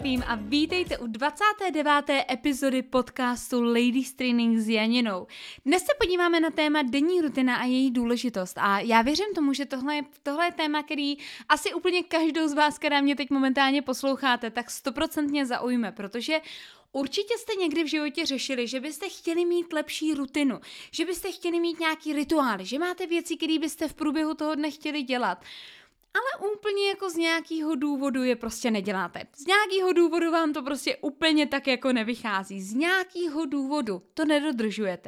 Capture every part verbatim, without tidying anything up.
zdravím a vítejte u dvacáté deváté epizody podcastu Ladies Training s Janinou. Dnes se podíváme na téma denní rutina a její důležitost a já věřím tomu, že tohle je, tohle je téma, který asi úplně každou z vás, která mě teď momentálně posloucháte, tak stoprocentně zaujme, protože určitě jste někdy v životě řešili, že byste chtěli mít lepší rutinu, že byste chtěli mít nějaký rituály, že máte věci, které byste v průběhu toho dne chtěli dělat, ale úplně jako z nějakého důvodu je prostě neděláte. Z nějakého důvodu vám to prostě úplně tak jako nevychází. Z nějakého důvodu to nedodržujete.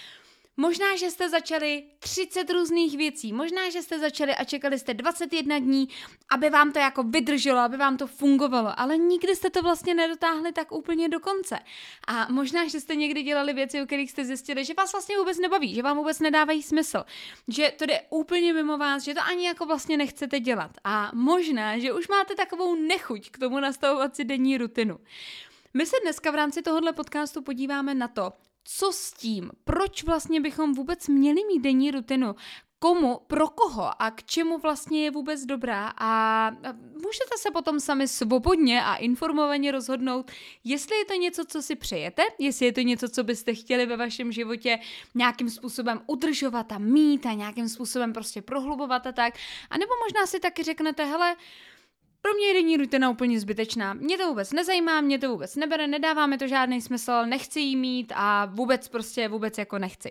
Možná, že jste začali třicet různých věcí, možná, že jste začali a čekali jste dvacet jedna dní, aby vám to jako vydrželo, aby vám to fungovalo, ale nikdy jste to vlastně nedotáhli tak úplně do konce. A možná, že jste někdy dělali věci, o kterých jste zjistili, že vás vlastně vůbec nebaví, že vám vůbec nedávají smysl, že to jde úplně mimo vás, že to ani jako vlastně nechcete dělat. A možná, že už máte takovou nechuť k tomu nastavovat si denní rutinu. My se dneska v rámci tohohle podcastu podíváme na to, co s tím, proč vlastně bychom vůbec měli mít denní rutinu, komu, pro koho a k čemu vlastně je vůbec dobrá a můžete se potom sami svobodně a informovaně rozhodnout, jestli je to něco, co si přejete, jestli je to něco, co byste chtěli ve vašem životě nějakým způsobem udržovat a mít a nějakým způsobem prostě prohlubovat a tak, anebo možná si taky řeknete, hele, pro mě je denní rutina úplně zbytečná. Mě to vůbec nezajímá, mě to vůbec nebere, nedává mi to žádný smysl, nechci jí mít a vůbec prostě vůbec jako nechci.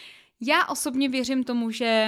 Já osobně věřím tomu, že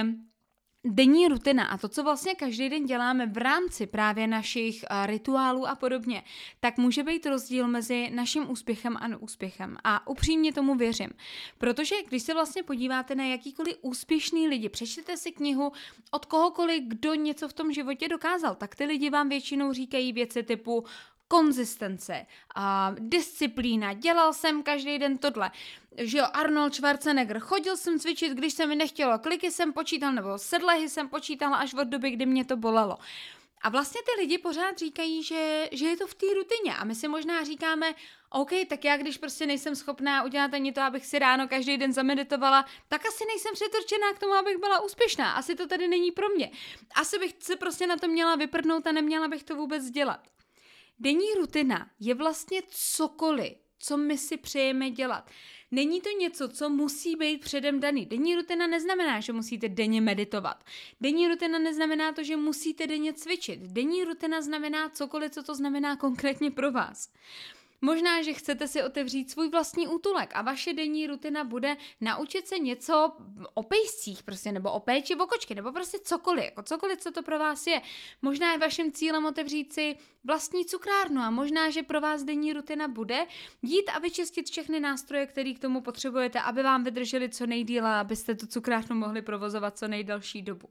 denní rutina a to, co vlastně každý den děláme v rámci právě našich uh, rituálů a podobně, tak může být rozdíl mezi naším úspěchem a neúspěchem. A upřímně tomu věřím. Protože když se vlastně podíváte na jakýkoliv úspěšný lidi, přečtěte si knihu od kohokoliv, kdo něco v tom životě dokázal, tak ty lidi vám většinou říkají věci typu konzistence, a disciplína, dělal jsem každý den tohle, že jo, Arnold Schwarzenegger, chodil jsem cvičit, když se mi nechtělo, kliky jsem počítal, nebo sedlehy jsem počítala až od doby, kdy mě to bolelo. A vlastně ty lidi pořád říkají, že, že je to v té rutině a my si možná říkáme, OK, tak já když prostě nejsem schopná udělat ani to, abych si ráno každý den zameditovala, tak asi nejsem předurčená k tomu, abych byla úspěšná, asi to tady není pro mě. Asi bych se prostě na to měla vyprdnout a neměla bych to vůbec dělat. Denní rutina je vlastně cokoliv, co my si přejeme dělat. Není to něco, co musí být předem daný. Denní rutina neznamená, že musíte denně meditovat. Denní rutina neznamená to, že musíte denně cvičit. Denní rutina znamená cokoliv, co to znamená konkrétně pro vás. Možná, že chcete si otevřít svůj vlastní útulek a vaše denní rutina bude naučit se něco o pejscích prostě, nebo o péči o kočky, nebo prostě cokoliv, jako cokoliv, co to pro vás je. Možná je vaším cílem otevřít si vlastní cukrárnu a možná, že pro vás denní rutina bude jít a vyčistit všechny nástroje, které k tomu potřebujete, aby vám vydrželi co nejdýle, abyste tu cukrárnu mohli provozovat co nejdelší dobu.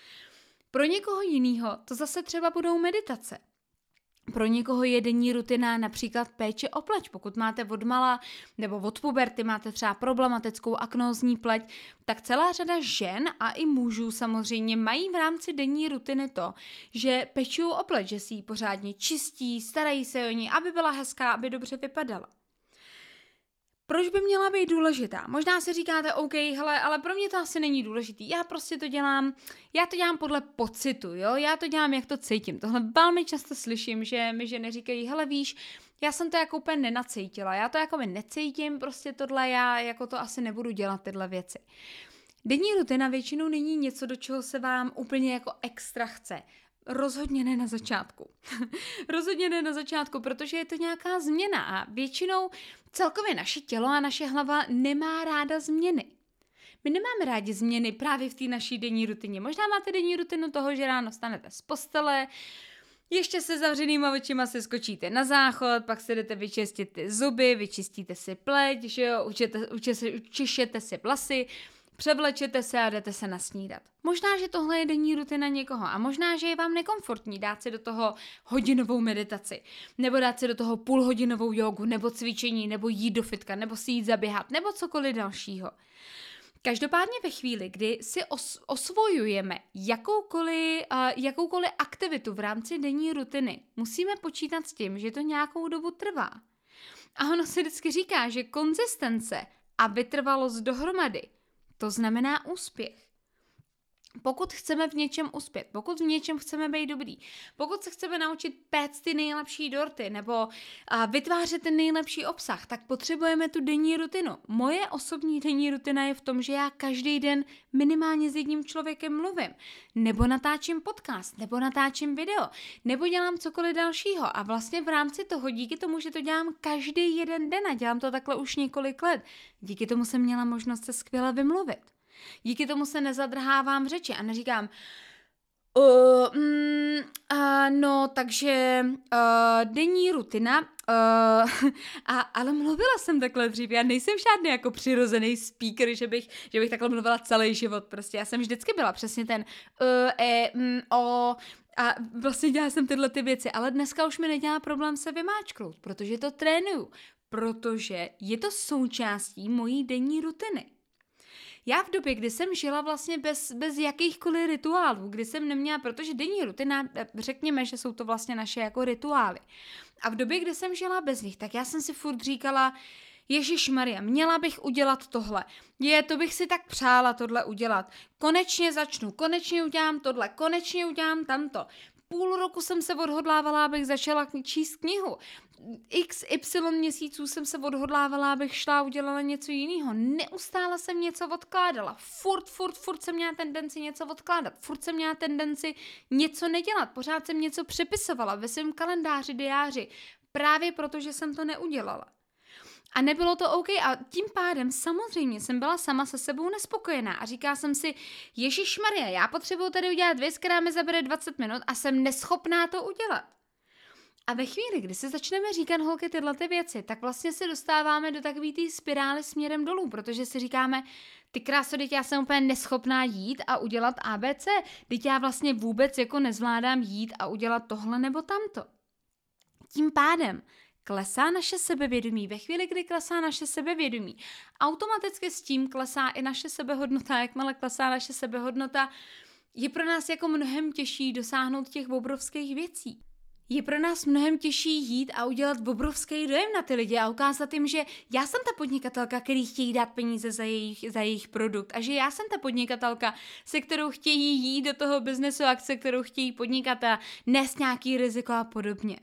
Pro někoho jiného to zase třeba budou meditace. Pro někoho je denní rutina například péče o pleť. Pokud máte odmala nebo od puberty máte třeba problematickou aknózní pleť, tak celá řada žen a i mužů samozřejmě mají v rámci denní rutiny to, že pečují o pleť, že si ji pořádně čistí, starají se o ní, aby byla hezká, aby dobře vypadala. Proč by měla být důležitá? Možná si říkáte, OK, hele, ale pro mě to asi není důležitý. Já prostě to dělám, já to dělám podle pocitu, jo? Já to dělám, jak to cítím. Tohle velmi často slyším, že mi ženy říkají, hele, víš, já jsem to jako úplně nenacítila, já to jako by necítím, prostě tohle, já jako to asi nebudu dělat tyhle věci. Denní rutina většinou není něco, do čeho se vám úplně jako extra chce. Rozhodně ne na začátku. Rozhodně ne na začátku, protože je to nějaká změna a většinou celkově naše tělo a naše hlava nemá ráda změny. My nemáme rádi změny právě v té naší denní rutině. Možná máte denní rutinu toho, že ráno stanete z postele, ještě se zavřenýma očima si skočíte na záchod, pak si jdete vyčistit ty zuby, vyčistíte si pleť, že jo, učete, učete, učišete si vlasy, převlečete se a jdete se nasnídat. Možná, že tohle je denní rutina někoho a možná, že je vám nekomfortní dát si do toho hodinovou meditaci, nebo dát si do toho půlhodinovou jogu, nebo cvičení, nebo jít do fitka, nebo si jít zaběhat, nebo cokoliv dalšího. Každopádně ve chvíli, kdy si os- osvojujeme jakoukoliv, uh, jakoukoliv aktivitu v rámci denní rutiny, musíme počítat s tím, že to nějakou dobu trvá. A ono se vždycky říká, že konzistence a vytrvalost dohromady, to znamená úspěch. Pokud chceme v něčem uspět, pokud v něčem chceme být dobrý, pokud se chceme naučit péct ty nejlepší dorty nebo a, vytvářet ten nejlepší obsah, tak potřebujeme tu denní rutinu. Moje osobní denní rutina je v tom, že já každý den minimálně s jedním člověkem mluvím, nebo natáčím podcast, nebo natáčím video, nebo dělám cokoliv dalšího. A vlastně v rámci toho, díky tomu, že to dělám každý jeden den a dělám to takhle už několik let, díky tomu jsem měla možnost se skvěle vymluvit. Díky tomu se nezadrhávám řeči a neříkám uh, mm, uh, no, takže uh, denní rutina, uh, a, ale mluvila jsem takhle dřív, já nejsem žádný jako přirozený speaker, že bych, že bych takhle mluvila celý život, prostě já jsem vždycky byla přesně ten uh, e, mm, o, a vlastně dělala jsem tyhle ty věci, ale dneska už mi nedělá problém se vymáčknout, protože to trénuju, protože je to součástí mojí denní rutiny. Já v době, kdy jsem žila vlastně bez, bez jakýchkoliv rituálů, kdy jsem neměla, protože denní rutina, řekněme, že jsou to vlastně naše jako rituály. A v době, kdy jsem žila bez nich, tak já jsem si furt říkala, Ježišmarja, měla bych udělat tohle. Je, to bych si tak přála tohle udělat. Konečně začnu, konečně udělám tohle, konečně udělám tamto. Půl roku jsem se odhodlávala, abych začala číst knihu. X Y měsíců jsem se odhodlávala, abych šla a udělala něco jiného. Neustále jsem něco odkládala. Furt, furt, furt jsem měla tendenci něco odkládat. Furt jsem měla tendenci něco nedělat. Pořád jsem něco přepisovala ve svém kalendáři, diáři. Právě proto, že jsem to neudělala. A nebylo to OK a tím pádem samozřejmě jsem byla sama se sebou nespokojená a říkala jsem si, Ježišmarja, já potřebuju tady udělat věc, která mi zabere dvacet minut a jsem neschopná to udělat. A ve chvíli, kdy si začneme říkat, holky, tyhle ty věci, tak vlastně se dostáváme do takové té spirály směrem dolů, protože si říkáme, ty kráso, teď já jsem úplně neschopná jít a udělat A B C, teď já vlastně vůbec jako nezvládám jít a udělat tohle nebo tamto. Tím pádem klesá naše sebevědomí. Ve chvíli, kdy klesá naše sebevědomí, automaticky s tím klesá i naše sebehodnota. Jakmile klesá naše sebehodnota, je pro nás jako mnohem těžší dosáhnout těch obrovských věcí. Je pro nás mnohem těžší jít a udělat obrovský dojem na ty lidi a ukázat jim, že já jsem ta podnikatelka, který chtějí dát peníze za jejich, za jejich produkt a že já jsem ta podnikatelka, se kterou chtějí jít do toho biznesu a se kterou chtějí podnikat a nést nějaký riziko a podobně.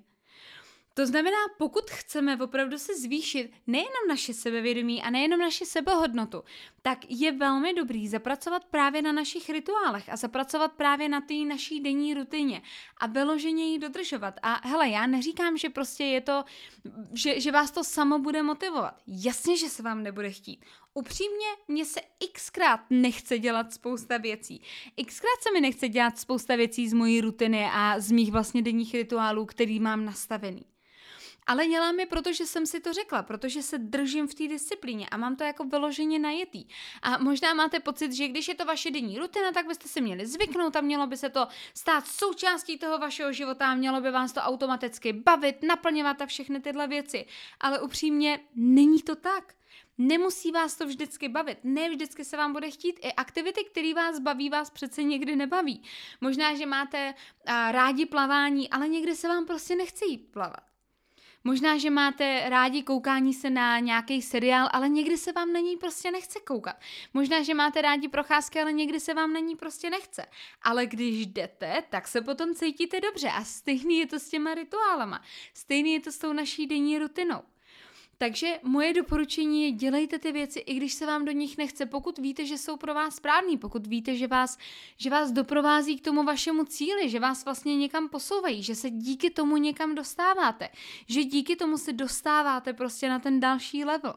To znamená, pokud chceme opravdu se zvýšit nejenom naše sebevědomí a nejenom naši sebehodnotu, tak je velmi dobrý zapracovat právě na našich rituálech a zapracovat právě na té naší denní rutině a vyloženě ji dodržovat. A hele, já neříkám, že prostě je to, že, že vás to samo bude motivovat. Jasně, že se vám nebude chtít. Upřímně, mně se xkrát nechce dělat spousta věcí. Xkrát se mi nechce dělat spousta věcí z mojí rutiny a z mých vlastně denních rituálů, který mám nastavený. Ale dělám je, protože jsem si to řekla, protože se držím v té disciplíně a mám to jako vyloženě najetý. A možná máte pocit, že když je to vaše denní rutina, tak byste si měli zvyknout a mělo by se to stát součástí toho vašeho života a mělo by vás to automaticky bavit, naplňovat a všechny tyhle věci. Ale upřímně, není to tak. Nemusí vás to vždycky bavit, ne vždycky se vám bude chtít. I aktivity, které vás baví, vás přece někdy nebaví. Možná, že máte uh, rádi plavání, ale někdy se vám prostě nechce jít plavat. Možná, že máte rádi koukání se na nějaký seriál, ale někdy se vám na něj prostě nechce koukat. Možná, že máte rádi procházky, ale někdy se vám na ní prostě nechce. Ale když jdete, tak se potom cítíte dobře a stejný je to s těma rituálama. Stejný je to s tou naší denní rutinou. Takže moje doporučení je, dělejte ty věci, i když se vám do nich nechce, pokud víte, že jsou pro vás správný, pokud víte, že vás, že vás doprovází k tomu vašemu cíli, že vás vlastně někam posouvají, že se díky tomu někam dostáváte, že díky tomu se dostáváte prostě na ten další level.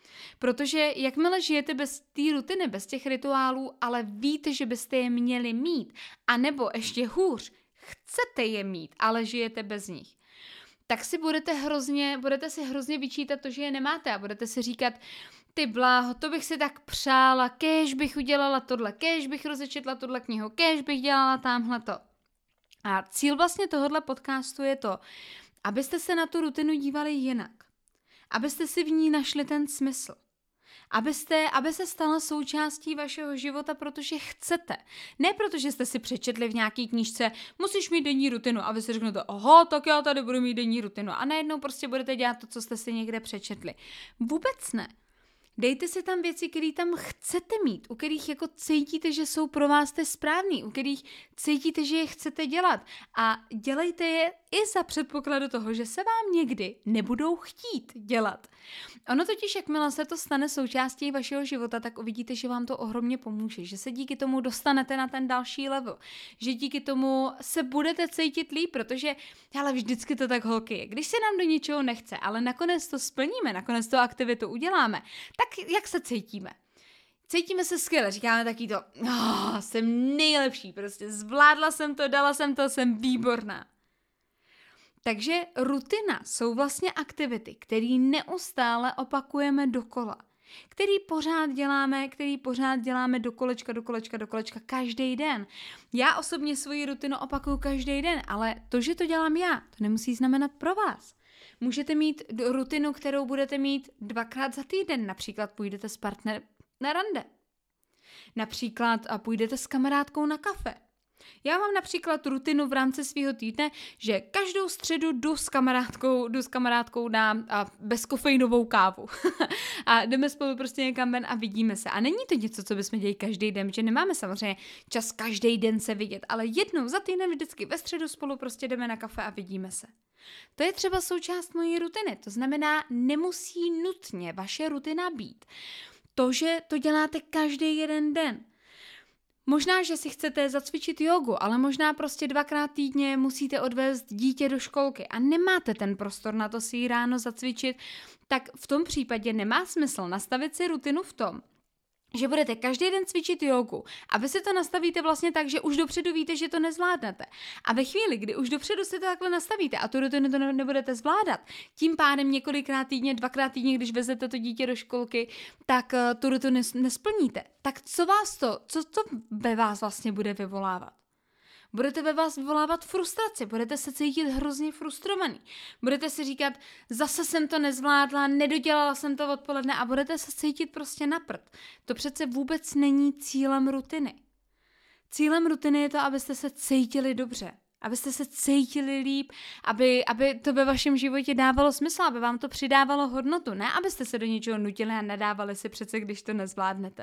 Protože jakmile žijete bez té rutiny, bez těch rituálů, ale víte, že byste je měli mít, anebo ještě hůř, chcete je mít, ale žijete bez nich, tak si budete hrozně, budete si hrozně vyčítat to, že je nemáte a budete si říkat, ty bláho, to bych si tak přála, kéž bych udělala tohle, kéž bych rozečetla tohle knihu, kéž bych dělala tamhleto. A cíl vlastně tohohle podcastu je to, abyste se na tu rutinu dívali jinak. Abyste si v ní našli ten smysl. Abyste, aby se stala součástí vašeho života, protože chcete. Ne protože jste si přečetli v nějaký knížce, musíš mít denní rutinu a vy si řeknete, aha, tak já tady budu mít denní rutinu a najednou prostě budete dělat to, co jste si někde přečetli. Vůbec ne. Dejte si tam věci, které tam chcete mít, u kterých jako cítíte, že jsou pro vás ty správný, u kterých cítíte, že je chcete dělat. A dělejte je i za předpokladu toho, že se vám někdy nebudou chtít dělat. Ono totiž, jakmile se to stane součástí vašeho života, tak uvidíte, že vám to ohromně pomůže, že se díky tomu dostanete na ten další level, že díky tomu se budete cítit líp, protože ale vždycky to tak holky je. Když se nám do něčeho nechce, ale nakonec to splníme, nakonec to aktivitu uděláme, tak jak se cítíme? Cítíme se skvěle, říkáme taky to, oh, jsem nejlepší, prostě zvládla jsem to, dala jsem to, jsem výborná. Takže rutina jsou vlastně aktivity, které neustále opakujeme dokola, který pořád děláme, který pořád děláme do kolečka, do kolečka, do kolečka každý den. Já osobně svoji rutinu opakuju každý den, ale to, že to dělám já, to nemusí znamenat pro vás. Můžete mít rutinu, kterou budete mít dvakrát za týden, například půjdete s partnerem na rande, například a půjdete s kamarádkou na kafe. Já mám například rutinu v rámci svého týdne, že každou středu jdu s kamarádkou, jdu s kamarádkou na a bezkofeinovou kávu. A jdeme spolu prostě někam ven a vidíme se. A není to něco, co bychom dělali každý den, že nemáme samozřejmě čas každý den se vidět, ale jednou za týden vždycky ve středu spolu prostě jdeme na kafe a vidíme se. To je třeba součást mojí rutiny. To znamená, nemusí nutně vaše rutina být to, že to děláte každý jeden den. Možná, že si chcete zacvičit jogu, ale možná prostě dvakrát týdně musíte odvést dítě do školky a nemáte ten prostor na to si ji ráno zacvičit, tak v tom případě nemá smysl nastavit si rutinu v tom, že budete každý den cvičit jogu a vy si to nastavíte vlastně tak, že už dopředu víte, že to nezvládnete. A ve chvíli, kdy už dopředu si to takhle nastavíte a tu rutinu to nebudete zvládat, tím pádem několikrát týdně, dvakrát týdně, když vezete to dítě do školky, tak uh, tu rutinu nesplníte. Tak co vás to, co to ve vás vlastně bude vyvolávat? Budete ve vás vyvolávat frustraci, budete se cítit hrozně frustrovaný. Budete si říkat, zase jsem to nezvládla, nedodělala jsem to odpoledne a budete se cítit prostě na prd. To přece vůbec není cílem rutiny. Cílem rutiny je to, abyste se cítili dobře, abyste se cítili líp, aby, aby to ve vašem životě dávalo smysl, aby vám to přidávalo hodnotu, ne abyste se do něčeho nutili a nadávali si přece, když to nezvládnete.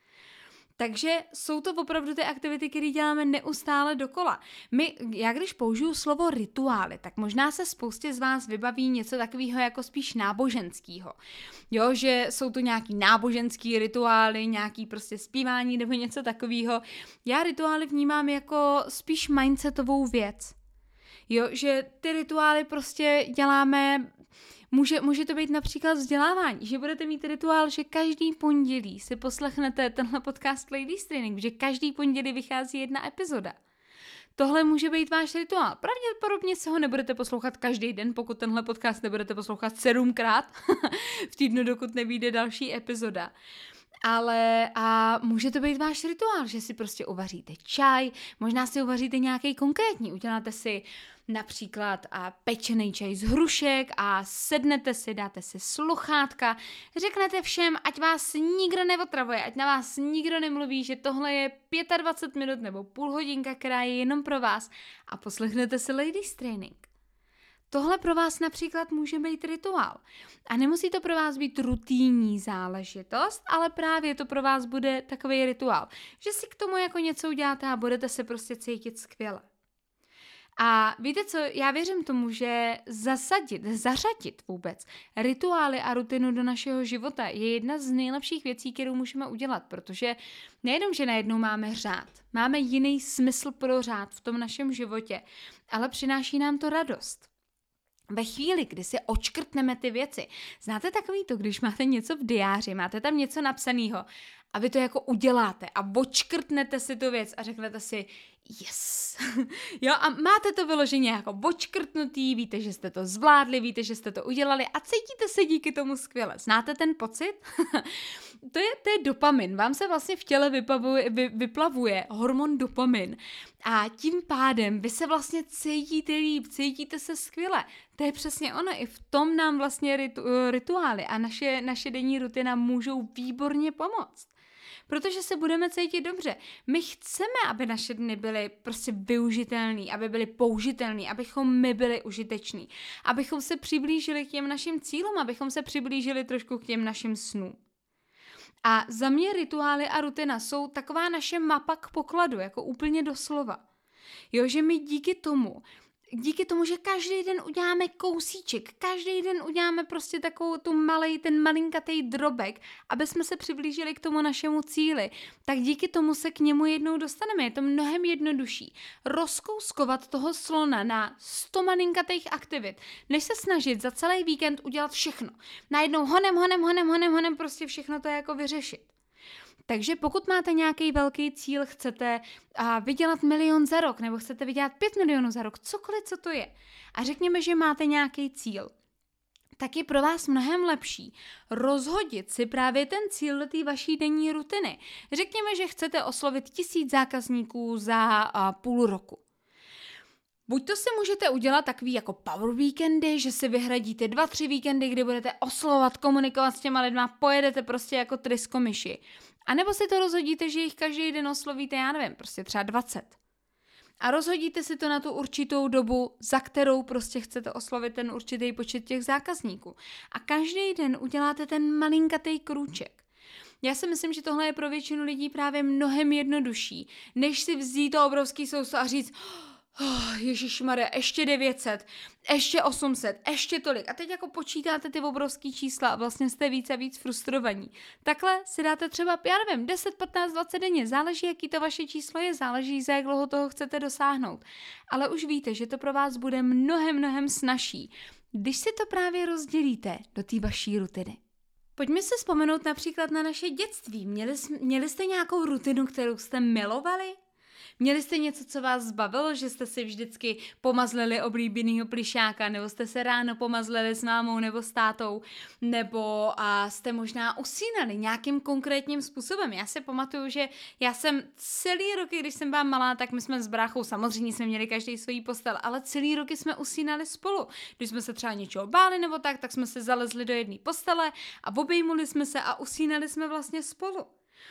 Takže jsou to opravdu ty aktivity, které děláme neustále dokola. My, já když použiju slovo rituály, tak možná se spoustě z vás vybaví něco takového jako spíš náboženského. Jo, že jsou to nějaký náboženský rituály, nějaký prostě zpívání nebo něco takového. Já rituály vnímám jako spíš mindsetovou věc. Jo, že ty rituály prostě děláme. Může, může to být například vzdělávání, že budete mít rituál, že každý pondělí si poslechnete tenhle podcast Ladies Training, že každý pondělí vychází jedna epizoda. Tohle může být váš rituál. Pravděpodobně se ho nebudete poslouchat každý den, pokud tenhle podcast nebudete poslouchat sedmkrát v týdnu, dokud nevyjde další epizoda. Ale a může to být váš rituál, že si prostě uvaříte čaj, možná si uvaříte nějaký konkrétní, uděláte si například a pečený čaj z hrušek a sednete si, dáte si sluchátka, řeknete všem, ať vás nikdo neotravuje, ať na vás nikdo nemluví, že tohle je dvacet pět minut nebo půl hodinka, která je jenom pro vás a poslechnete si Ladies Training. Tohle pro vás například může být rituál. A nemusí to pro vás být rutinní záležitost, ale právě to pro vás bude takový rituál, že si k tomu jako něco uděláte a budete se prostě cítit skvěle. A víte co, já věřím tomu, že zasadit, zařadit vůbec rituály a rutinu do našeho života je jedna z nejlepších věcí, kterou můžeme udělat, protože nejenom, že najednou máme řád, máme jiný smysl pro řád v tom našem životě, ale přináší nám to radost. Ve chvíli, kdy si očkrtneme ty věci, znáte takový to, když máte něco v diáři, máte tam něco napsaného a vy to jako uděláte a očkrtnete si tu věc a řeknete si yes. Jo, a máte to vyloženě jako očkrtnutý, víte, že jste to zvládli, víte, že jste to udělali a cítíte se díky tomu skvěle. Znáte ten pocit? to, je, to je dopamin. Vám se vlastně v těle vyplavuje, vy, vyplavuje hormon dopamin a tím pádem vy se vlastně cítíte líp, cítíte se skvěle. To je přesně ono. I v tom nám vlastně ritu, rituály a naše, naše denní rutina můžou výborně pomoct. Protože se budeme cítit dobře. My chceme, aby naše dny byly prostě využitelný, aby byly použitelný, abychom my byli užiteční, abychom se přiblížili k těm našim cílům, abychom se přiblížili trošku k těm našim snům. A za mě rituály a rutina jsou taková naše mapa k pokladu, jako úplně doslova. Jo, že my díky tomu, díky tomu, že každý den uděláme kousíček, každý den uděláme prostě takovou tu malej, ten malinkatej drobek, aby jsme se přiblížili k tomu našemu cíli, tak díky tomu se k němu jednou dostaneme. Je to mnohem jednodušší rozkouskovat toho slona na sto malinkatých aktivit, než se snažit za celý víkend udělat všechno. Najednou honem, honem, honem, honem, honem, prostě všechno to jako vyřešit. Takže pokud máte nějaký velký cíl, chcete a, vydělat milion za rok, nebo chcete vydělat pět milionů za rok, cokoliv, co to je, a řekněme, že máte nějaký cíl, tak je pro vás mnohem lepší rozhodit si právě ten cíl do té vaší denní rutiny. Řekněme, že chcete oslovit tisíc zákazníků za a, půl roku. Buď to si můžete udělat takový jako power víkendy, že si vyhradíte dva, tři víkendy, kdy budete oslovovat, komunikovat s těma lidma, pojedete prostě jako trysko myši. A nebo si to rozhodíte, že jich každý den oslovíte, já nevím, prostě třeba dvacet. A rozhodíte si to na tu určitou dobu, za kterou prostě chcete oslovit ten určitý počet těch zákazníků. A každý den uděláte ten malinkatej krůček. Já si myslím, že tohle je pro většinu lidí právě mnohem jednodušší, než si vzít to obrovský sousto a říct: Oh, ježišmarja, ještě devět set, ještě osm set, ještě tolik. A teď jako počítáte ty obrovský čísla a vlastně jste víc a víc frustrovaní. Takhle si dáte třeba, já nevím, deset, patnáct, dvacet denně. Záleží, jaký to vaše číslo je, záleží, za jak dlouho toho chcete dosáhnout. Ale už víte, že to pro vás bude mnohem, mnohem snazší, když si to právě rozdělíte do té vaší rutiny. Pojďme se vzpomenout například na naše dětství. Měli, měli jste nějakou rutinu, kterou jste milovali? Měli jste něco, co vás zbavilo, že jste si vždycky pomazlili oblíbenýho plišáka, nebo jste se ráno pomazlili s mámou nebo s tátou, nebo a jste možná usínali nějakým konkrétním způsobem. Já si pamatuju, že já jsem celý roky, když jsem byla malá, tak my jsme s bráchou, samozřejmě jsme měli každý svůj postel, ale celý roky jsme usínali spolu. Když jsme se třeba něčeho báli nebo tak, tak jsme se zalezli do jedné postele a obejmuli jsme se a usínali jsme vlastně spolu.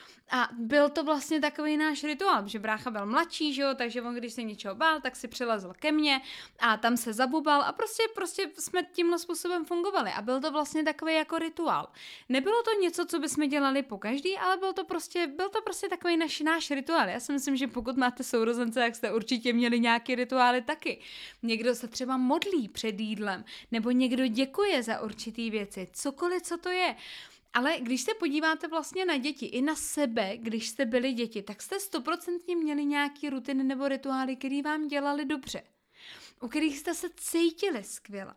A byl to vlastně takový náš rituál, že brácha byl mladší, že jo, takže on, když se něčeho bál, tak si přilezl ke mně a tam se zabubal a prostě, prostě jsme tímhle způsobem fungovali a byl to vlastně takový jako rituál. Nebylo to něco, co bychom dělali po každý, ale byl to prostě, byl to prostě takový naš, náš rituál. Já si myslím, že pokud máte sourozence, tak jste určitě měli nějaké rituály taky. Někdo se třeba modlí před jídlem, nebo někdo děkuje za určitý věci, cokoliv, co to je. Ale když se podíváte vlastně na děti, i na sebe, když jste byli děti, tak jste stoprocentně měli nějaký rutiny nebo rituály, které vám dělali dobře, u kterých jste se cítili skvěle.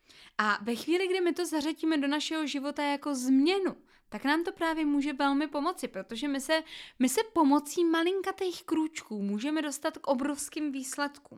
A ve chvíli, kdy my to zařadíme do našeho života jako změnu, tak nám to právě může velmi pomoci, protože my se, my se pomocí malinkatých krůčků můžeme dostat k obrovským výsledkům.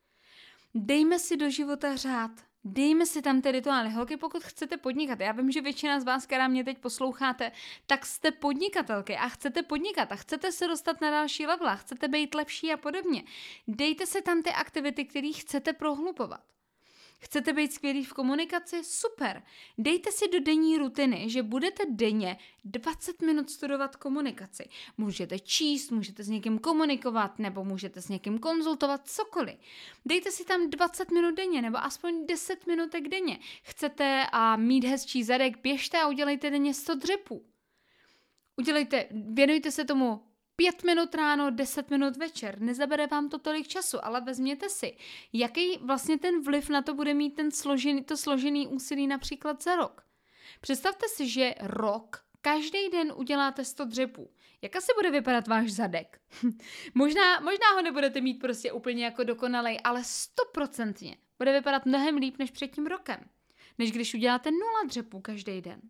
Dejme si do života řád. Dejme si tam ty rituály. Holky, pokud chcete podnikat, já vím, že většina z vás, která mě teď posloucháte, tak jste podnikatelky a chcete podnikat a chcete se dostat na další level a chcete být lepší a podobně. Dejte si tam ty aktivity, které chcete prohlubovat. Chcete být skvělý v komunikaci? Super. Dejte si do denní rutiny, že budete denně dvacet minut studovat komunikaci. Můžete číst, můžete s někým komunikovat, nebo můžete s někým konzultovat, cokoliv. Dejte si tam dvacet minut denně, nebo aspoň deset minutek denně. Chcete a mít hezčí zadek, běžte a udělejte denně sto dřepů. Udělejte, věnujte se tomu Pět minut ráno, deset minut večer, nezabere vám to tolik času, ale vezměte si, jaký vlastně ten vliv na to bude mít ten složený, to složený úsilí například za rok. Představte si, že rok, každý den uděláte sto dřepů. Jak asi bude vypadat váš zadek? možná, možná ho nebudete mít prostě úplně jako dokonalej, ale stoprocentně bude vypadat mnohem líp než před tím rokem, než když uděláte nula dřepů každý den.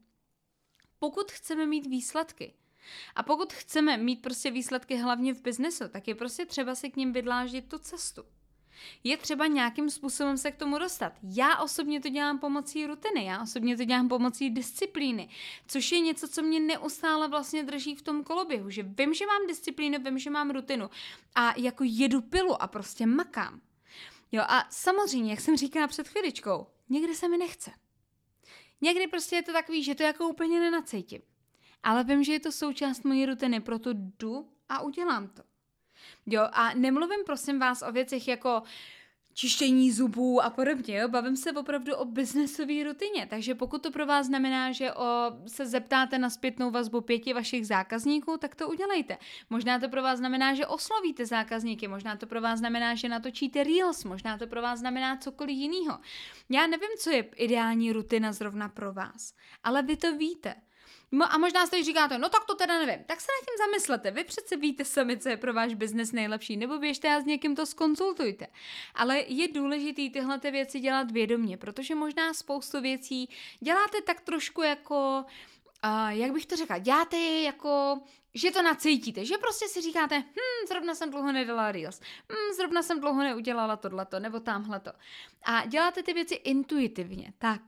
Pokud chceme mít výsledky, a pokud chceme mít prostě výsledky hlavně v biznesu, tak je prostě třeba si k ním vydláždit tu cestu. Je třeba nějakým způsobem se k tomu dostat. Já osobně to dělám pomocí rutiny, já osobně to dělám pomocí disciplíny, což je něco, co mě neustále vlastně drží v tom koloběhu, že vím, že mám disciplínu, vím, že mám rutinu a jako jedu pilu a prostě makám. Jo, a samozřejmě, jak jsem říkala před chviličkou, někdy se mi nechce. Někdy prostě je to takový, že to jako úplně nenacítím. Ale vím, že je to součást mojí rutiny, proto jdu a udělám to. Jo, a nemluvím prosím vás o věcech jako čištění zubů a podobně, jo? Bavím se opravdu o biznesové rutině, takže pokud to pro vás znamená, že o, se zeptáte na zpětnou vazbu pěti vašich zákazníků, tak to udělejte. Možná to pro vás znamená, že oslovíte zákazníky, možná to pro vás znamená, že natočíte reels, možná to pro vás znamená cokoliv jiného. Já nevím, co je ideální rutina zrovna pro vás, ale vy to víte. A možná si říkáte, no tak to teda nevím, tak se nad tím zamyslete, vy přece víte sami, co je pro váš biznes nejlepší, nebo běžte a s někým to zkonzultujte. Ale je důležité tyhle ty věci dělat vědomě, protože možná spoustu věcí děláte tak trošku jako, uh, jak bych to řekla, děláte je jako, že to nacítíte, že prostě si říkáte, hm, zrovna jsem dlouho nedala reels, hm, zrovna jsem dlouho neudělala tohleto, nebo tamhleto. A děláte ty věci intuitivně, tak.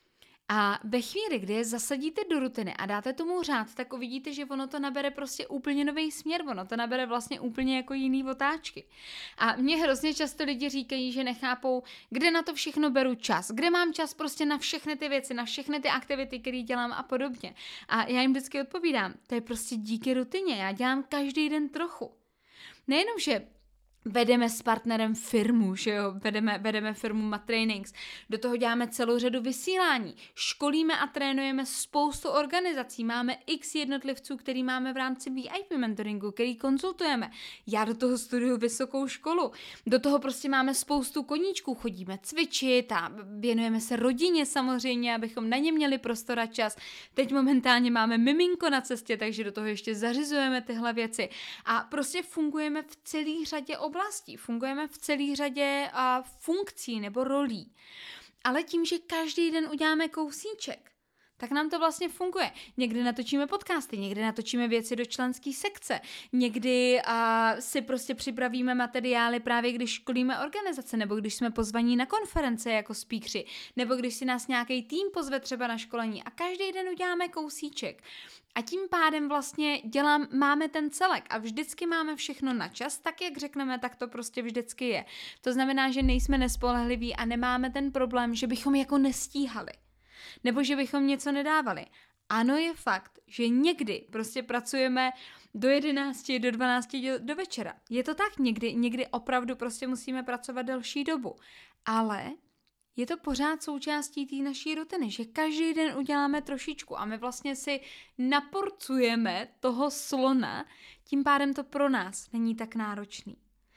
A ve chvíli, kdy je zasadíte do rutiny a dáte tomu řád, tak uvidíte, že ono to nabere prostě úplně nový směr, ono to nabere vlastně úplně jako jiný otáčky. A mě hrozně často lidi říkají, že nechápou, kde na to všechno beru čas, kde mám čas prostě na všechny ty věci, na všechny ty aktivity, které dělám a podobně. A já jim vždycky odpovídám, to je prostě díky rutině, já dělám každý den trochu. Nejenom, že vedeme s partnerem firmu, že jo, vedeme, vedeme firmu Matrainings, do toho děláme celou řadu vysílání, školíme a trénujeme spoustu organizací, máme x jednotlivců, který máme v rámci V I P mentoringu, který konzultujeme, já do toho studuju vysokou školu, do toho prostě máme spoustu koníčků, chodíme cvičit a věnujeme se rodině samozřejmě, abychom na ně měli prostor a čas, teď momentálně máme miminko na cestě, takže do toho ještě zařizujeme tyhle věci a prostě fungujeme v celý řadě oblastí. oblastí. Fungujeme v celé řadě a, funkcí nebo rolí. Ale tím, že každý den uděláme kousíček, tak nám to vlastně funguje. Někdy natočíme podcasty, někdy natočíme věci do členské sekce, někdy a, si prostě připravíme materiály právě, když školíme organizace, nebo když jsme pozvaní na konference jako speakři, nebo když si nás nějaký tým pozve třeba na školení a každý den uděláme kousíček. A tím pádem vlastně dělám, máme ten celek a vždycky máme všechno na čas, tak jak řekneme, tak to prostě vždycky je. To znamená, že nejsme nespolehliví a nemáme ten problém, že bychom jako nestíhali. Nebo že bychom něco nedávali. Ano, je fakt, že někdy prostě pracujeme do jedenácti, do dvanácti do, do večera. Je to tak, někdy, někdy opravdu prostě musíme pracovat delší dobu. Ale je to pořád součástí té naší rutiny, že každý den uděláme trošičku a my vlastně si naporcujeme toho slona, tím pádem to pro nás není tak náročný.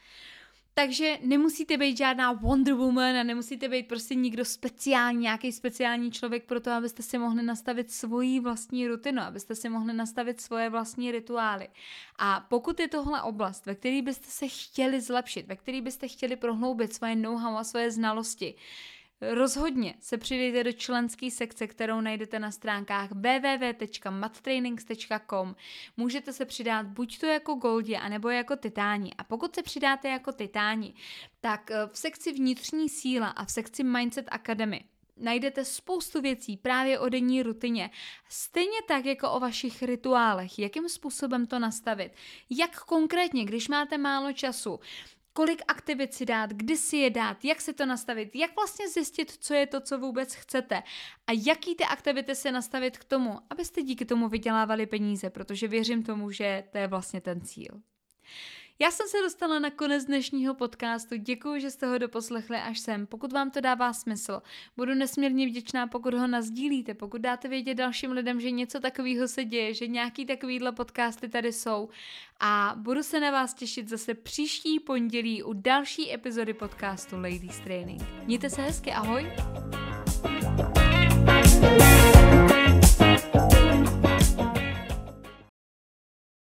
Takže nemusíte být žádná Wonder Woman a nemusíte být prostě nikdo speciální, nějaký speciální člověk pro to, abyste si mohli nastavit svoji vlastní rutinu, abyste si mohli nastavit svoje vlastní rituály. A pokud je tohle oblast, ve které byste se chtěli zlepšit, ve které byste chtěli prohloubit svoje know-how a svoje znalosti, rozhodně se přidejte do členské sekce, kterou najdete na stránkách w w w tečka mattrainings tečka com. Můžete se přidat buď to jako goldi, anebo jako titáni. A pokud se přidáte jako titáni, tak v sekci vnitřní síla a v sekci Mindset Academy najdete spoustu věcí právě o denní rutině. Stejně tak jako o vašich rituálech, jakým způsobem to nastavit, jak konkrétně, když máte málo času, kolik aktivit si dát, kdy si je dát, jak se to nastavit, jak vlastně zjistit, co je to, co vůbec chcete a jaký ty aktivity se nastavit k tomu, abyste díky tomu vydělávali peníze, protože věřím tomu, že to je vlastně ten cíl. Já jsem se dostala na konec dnešního podcastu, děkuji, že jste ho doposlechli až sem. Pokud vám to dává smysl, budu nesmírně vděčná, pokud ho nasdílíte, pokud dáte vědět dalším lidem, že něco takového se děje, že nějaký takovýhle podcasty tady jsou a budu se na vás těšit zase příští pondělí u další epizody podcastu Ladies Training. Mějte se hezky, ahoj!